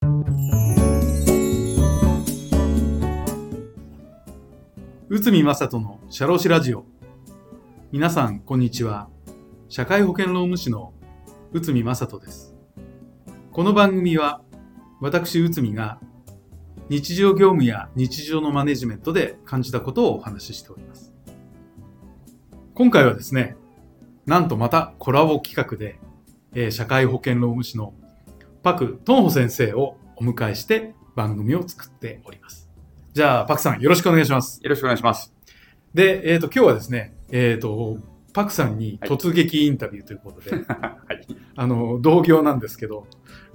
内海正人の社労士ラジオ。皆さんこんにちは。社会保険労務士の内海正人です。この番組は私内海が日常業務や日常のマネジメントで感じたことをお話ししております。今回はですね、なんとまたコラボ企画で、社会保険労務士のパク・トンホ先生をお迎えして番組を作っております。じゃあパクさんよろしくお願いします。 よろしくお願いします。 で、今日はですね、パクさんに突撃インタビューということで、はい、同業なんですけど、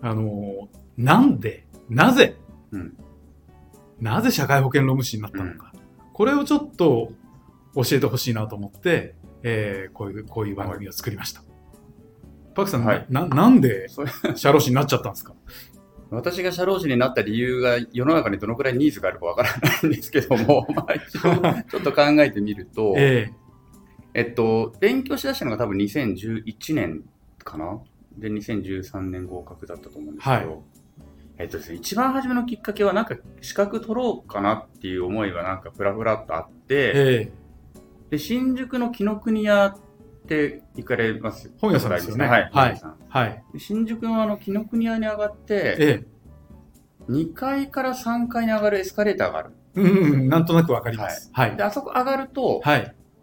なぜ社会保険労務士になったのか、これをちょっと教えてほしいなと思って、こういう番組を作りました。パクさん、はい、なんで社労士になっちゃったんですか？ 私が社労士になった理由が世の中にどのくらいニーズがあるかわからないんですけども、一応ちょっと考えてみると、勉強しだしたのが多分2011年かな。で、2013年合格だったと思うんですけど、はい、一番初めのきっかけはなんか資格取ろうかなっていう思いがなんかふらふらっとあって、で、新宿の紀ノ国屋って行かれます？ 本屋さんですよね。 はい。 はい。はい。 新宿の紀ノ国屋に上がって、2階から3階に上がるエスカレーターがある。 なんとなくわかります。 はい。で、あそこ上がると、はい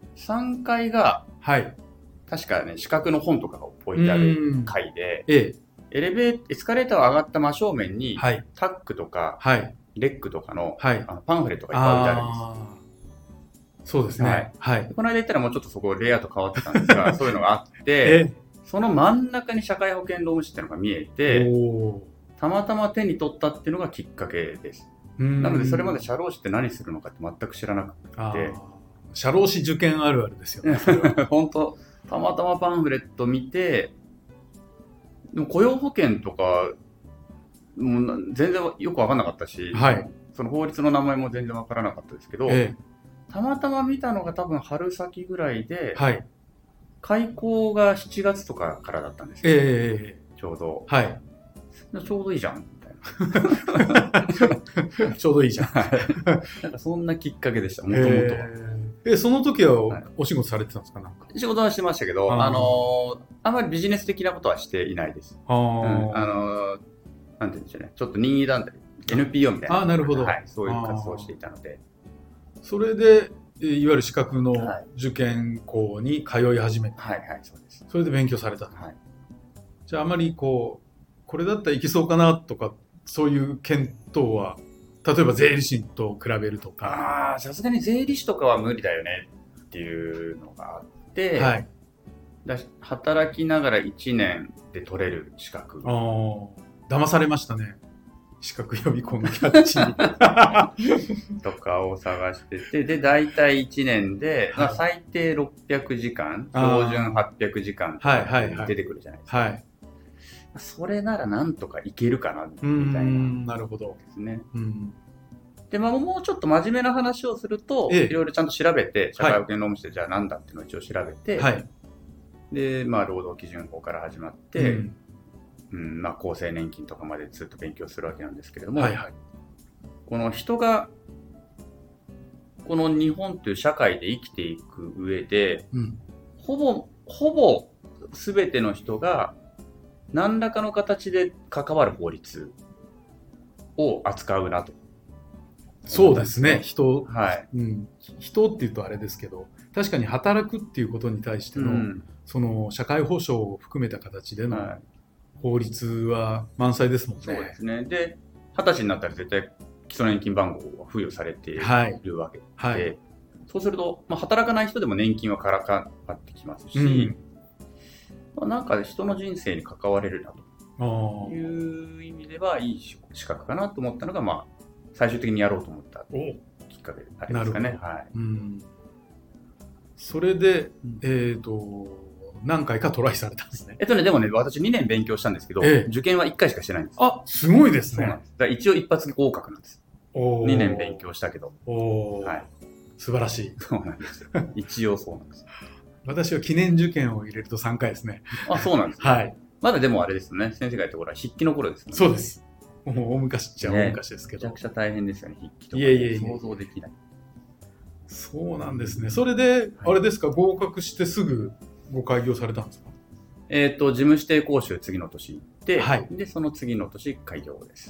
、3階が、はい、確かね、資格の本とかが置いてある階で、エスカレーターを上がった真正面に、はい、タックとか、はい、レックとかの、はい、パンフレットがいっぱい置いてあるんです。 そうですね。はい。 この間行ったらもうちょっとそこレイアウト変わってたんですが、そういうのがあって、その真ん中に社会保険労務士っていうのが見えて、たまたま手に取ったっていうのがきっかけです。なのでそれまで社労士って何するのかって全く知らなくて。 社労士受験あるあるですよね。 本当たまたまパンフレット見て、でも雇用保険とか、もう全然よく分かんなかったし、はい、その法律の名前も全然分からなかったですけど、たまたま見たのが多分春先ぐらいで、はい、開校が7月とかからだったんですよ。ちょうど。はい。ちょうどいいじゃん、みたいな。 ちょうどいいじゃん。 なんかそんなきっかけでした、もともとは。その時はお仕事されてたんですか？なんか仕事はしてましたけど、あんまりビジネス的なことはしていないです。なんて言うんでしょうね。ちょっと任意団体、NPO みたいな。 なるほど。 はい。そういう活動をしていたので。 それで、いわゆる資格の受験校に通い始めた。 はいはい、そうです。 それで勉強された。はい。じゃああまりこれだったらいけそうかなとか、そういう検討は、例えば税理士と比べるとか。 さすがに税理士とかは無理だよねっていうのがあって、はい、働きながら1年で取れる資格。 騙されましたね。資格予備校のキャッチとかを探してて、で、大体1年で、はい、最低600時間、標準800時間とか出てくるじゃないですか。はいはいはい、それならなんとかいけるかな、みたいな。 なるほど。 ですね。で、もうちょっと真面目な話をすると、いろいろちゃんと調べて、社会保険労務士でじゃあ何だっていうのを一応調べて、はい、で、労働基準法から始まって、厚生年金とかまでずっと勉強するわけなんですけれども、はいはい、この人がこの日本という社会で生きていく上で、ほぼ全ての人が何らかの形で関わる法律を扱うなと。 そうですね。人、はい、人っていうとあれですけど、確かに働くっていうことに対しての、その社会保障を含めた形での、法律は満載ですもんね。 そうですね。で、20歳になったら絶対基礎年金番号が付与されているわけで、はい、そうすると、働かない人でも年金はからかってきますし、なんか人の人生に関われるなという意味ではいい資格かなと思ったのが、最終的にやろうと思ったきっかけでありますかね。はい、 それで、何回かトライされたんですね。 でもね、私2年勉強したんですけど、受験は1回しかしてないんです。 すごいですね。 そうなんです。だから一応一発合格なんです。2年勉強したけど。 はい。素晴らしい。 そうなんですよ。一応そうなんです。 私は記念受験を入れると3回ですね。 そうなんです、ね。はい。まだでもあれですね、先生が言った頃は筆記の頃ですね。 そうです。 大昔っちゃ大昔ですけど、 めちゃくちゃ大変ですよね、筆記とか、想像できない。 そうなんですね。それで、あれですか、合格してすぐご開業されたんですか？ 事務指定講習次の年行って、で、その次の年開業です。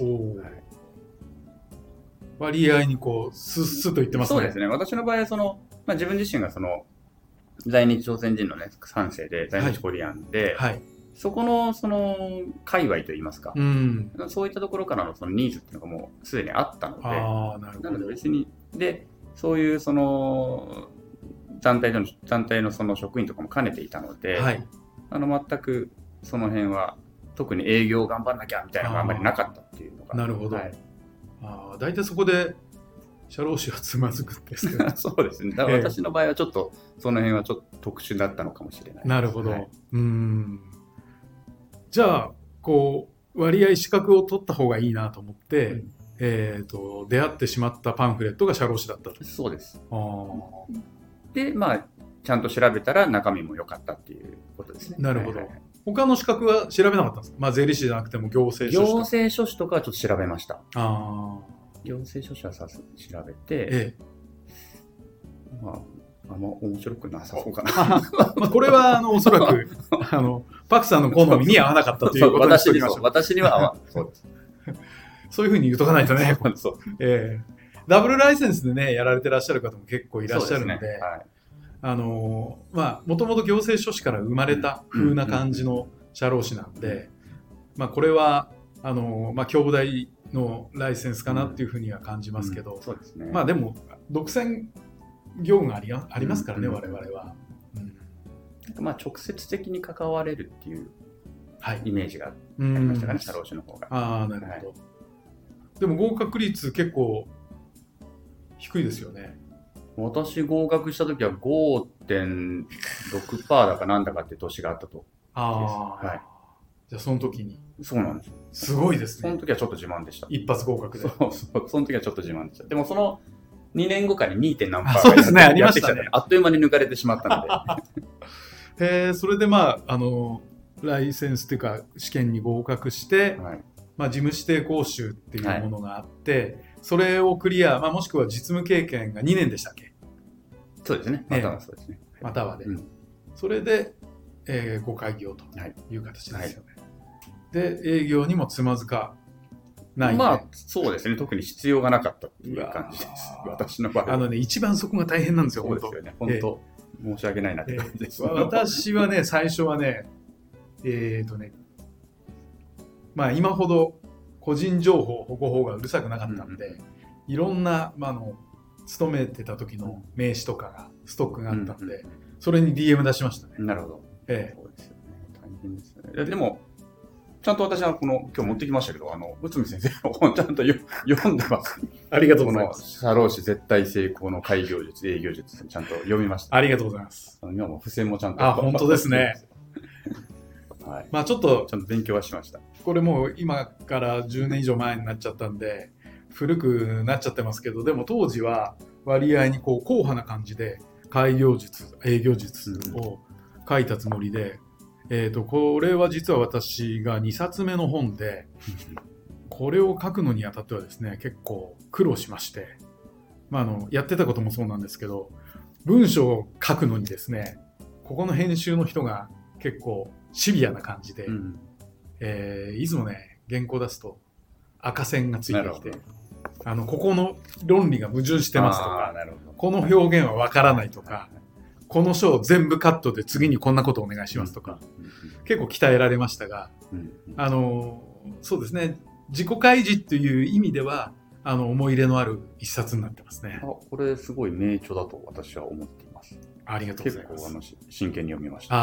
割合にこう、スッスッと言ってますね。 そうですね。私の場合は自分自身が在日朝鮮人のね、3世で、在日コリアンで、そこの、界隈といいますか、そういったところからのニーズっていうのがもうすでにあったので、なので別に、で、そういう団体の職員とかも兼ねていたので、全くその辺は、特に営業頑張んなきゃみたいなのがあんまりなかったっていうのが。 なるほど。大体そこで、社労士はつまずくんですけど。 そうですね。だから私の場合はちょっと、その辺はちょっと特殊だったのかもしれない。 なるほど。じゃあ、こう、割合資格を取った方がいいなと思って、出会ってしまったパンフレットが社労士だったと。 そうです。で、ちゃんと調べたら中身も良かったっていうことですね。 なるほど。他の資格は調べなかったんですか？税理士じゃなくても行政書士。 行政書士とかはちょっと調べました。行政書士は調べて、あんま面白くなさそうかな。 これはおそらくパクさんの好みに合わなかったということにしておきましょう。 私には合わない。そうです。 そういうふうに言うとかないとね。ダブルライセンスでね、やられてらっしゃる方も結構いらっしゃるので、もともと行政書士から生まれた風な感じの社労士なんで、これは共大のライセンスかなっていうふうには感じますけど、でも独占業務がありますからね、我々は。 直接的に関われるっていうイメージがありましたかね、社労士の方が。 なるほど。でも合格率結構低いですよね。 私合格した時は 5.6% だかなんだかって年があったと。 じゃあその時に。 そうなんです。 すごいですね。 その時はちょっと自慢でした。 一発合格で。 その時はちょっと自慢でした。でもその2年後かに 2. 何% そうですね、ありましたね。 あっという間に抜かれてしまったので。それでライセンスというか試験に合格して、事務指定講習っていうものがあって、それをクリア、もしくは実務経験が2年でしたっけ？ そうですね。またはそうですね。 またはで。それで、ご開業という形ですよね。で、営業にもつまずかない。 そうですね。特に必要がなかったっていう感じです。私の場合は。 一番そこが大変なんですよ、 そうですよね。本当、申し訳ないなって感じです。 私はね、最初はね、今ほど個人情報保護法がうるさくなかったんで、いろんな、勤めてた時の名刺とかがストックがあったんで、それに DM 出しましたね。 なるほど。そうですよね。大変ですね。でも、ちゃんと私は今日持ってきましたけど、内海先生の本ちゃんと読んでます。 ありがとうございます。 社労士絶対成功の開業術、営業術、ちゃんと読みました。 ありがとうございます。 今も付箋もちゃんと。 本当ですね。ちょっと、 ちゃんと勉強はしました。 これもう今から10年以上前になっちゃったんで、古くなっちゃってますけど、でも当時は割合にこう硬派な感じで、開業術、営業術を書いたつもりで、これは実は私が2冊目の本で、これを書くのにあたってはですね、結構苦労しまして、やってたこともそうなんですけど、文章を書くのにですね、ここの編集の人が結構シビアな感じで、いつもね、原稿出すと赤線がついてきて、ここの論理が矛盾してますとか、この表現はわからないとか、この章全部カットで次にこんなことお願いしますとか、結構鍛えられましたが、そうですね、自己開示っていう意味では、思い入れのある一冊になってますね。 これすごい名著だと私は思っています。 ありがとうございます。 結構真剣に読みました。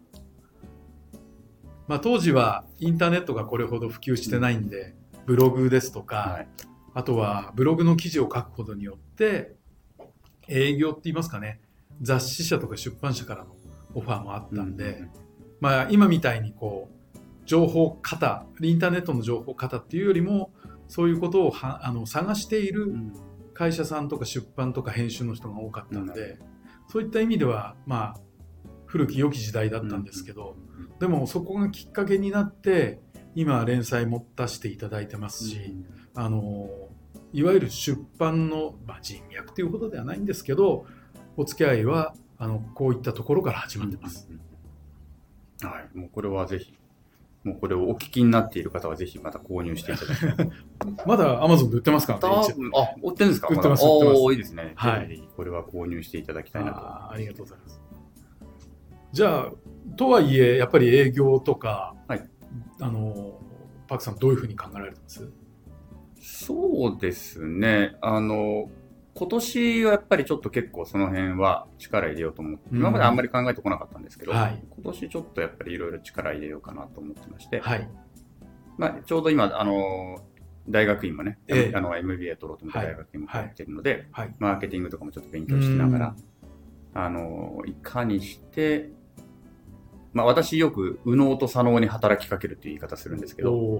当時はインターネットがこれほど普及してないんで、ブログですとか、あとはブログの記事を書くことによって営業って言いますかね、雑誌社とか出版社からのオファーもあったんで、今みたいにこう情報型、インターネットの情報型っていうよりも、そういうことを探している会社さんとか出版とか編集の人が多かったんで、そういった意味では古き良き時代だったんですけど、でもそこがきっかけになって今連載も出していただいてますし、いわゆる出版の、人脈ということではないんですけど、お付き合いはこういったところから始まってます。 はい、もうこれはぜひ、もうこれをお聞きになっている方はぜひまた購入していただきたい。 まだ Amazon で売ってますか？ 売ってるんですか？ 売ってます。 いいですね。 はい。 ぜひこれは購入していただきたいなと。 ありがとうございます。じゃあ、とはいえ、やっぱり営業とか、 はい、 パクさんどういうふうに考えられてます？ そうですね。今年はやっぱりちょっと結構その辺は力入れようと思って、今まであんまり考えてこなかったんですけど、今年ちょっとやっぱりいろいろ力入れようかなと思ってまして、ちょうど今、大学院もね、MBA 取ろうと思って大学院も入っているので、マーケティングとかもちょっと勉強しながら、いかにして、私よく右脳と左脳に働きかけるという言い方するんですけど、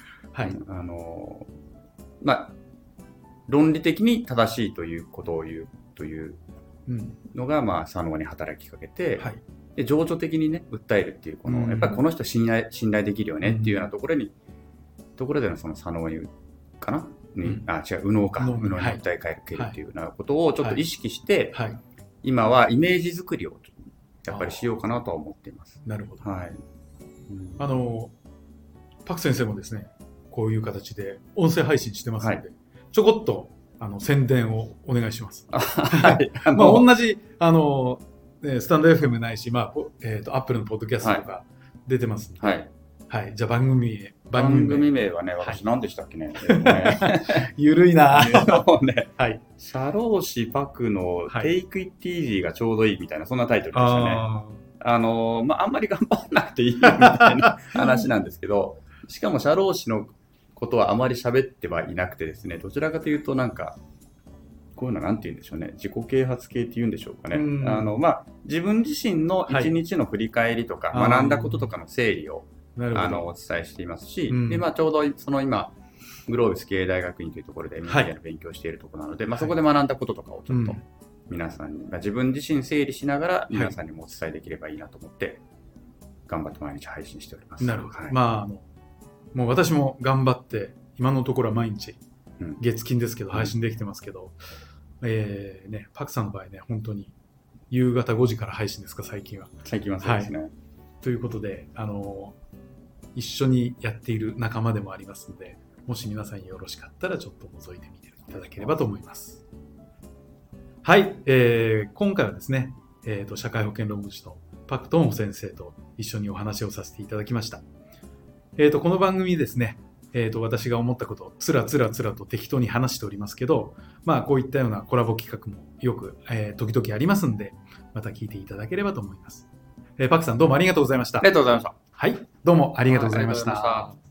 論理的に正しいということを言うというのが、左脳に働きかけて、で情緒的にね訴えるっていうやっぱりこの人信頼できるよねっていうようなところでのその左脳にかな、右脳に訴えかけるっていうようなことをちょっと意識して、今はイメージ作りをやっぱりしようかなとは思っています。 なるほど。パク先生もですね、こういう形で音声配信してますので、ちょこっと宣伝をお願いします。同じスタンド FM ないし、Apple のポッドキャストとか出てますので、じゃあ番組名はね、私何でしたっけね。 ゆるいな。 社労士パクの Take It Easy がちょうどいいみたいな、そんなタイトルでしたね。あんまり頑張らなくていいみたいな話なんですけど、しかも社労士のことはあまり喋ってはいなくてですね、どちらかというとこういうのはなんて言うんでしょうね、自己啓発系っていうんでしょうかね。自分自身の一日の振り返りとか、学んだこととかの整理をお伝えしていますし、でちょうどその今グロービス経営大学院というところで MBA の勉強しているところなので、そこで学んだこととかをちょっと皆さんに、自分自身整理しながら皆さんにもお伝えできればいいなと思って頑張って毎日配信しております。 なるほど。もう私も頑張って今のところは毎日月金ですけど配信できてますけど、パクさんの場合ね、本当に夕方5時から配信ですか？最近はそうですね。 ということで一緒にやっている仲間でもありますので、もし皆さんよろしかったらちょっと覗いてみていただければと思います。はい、今回はですね、社会保険労務士のパク・トンホ先生と一緒にお話をさせていただきました。この番組ですね、私が思ったことをつらつらと適当に話しておりますけど、こういったようなコラボ企画もよく、時々ありますんで、また聞いていただければと思います。パクさんどうもありがとうございました。 ありがとうございました。 はい、どうもありがとうございました。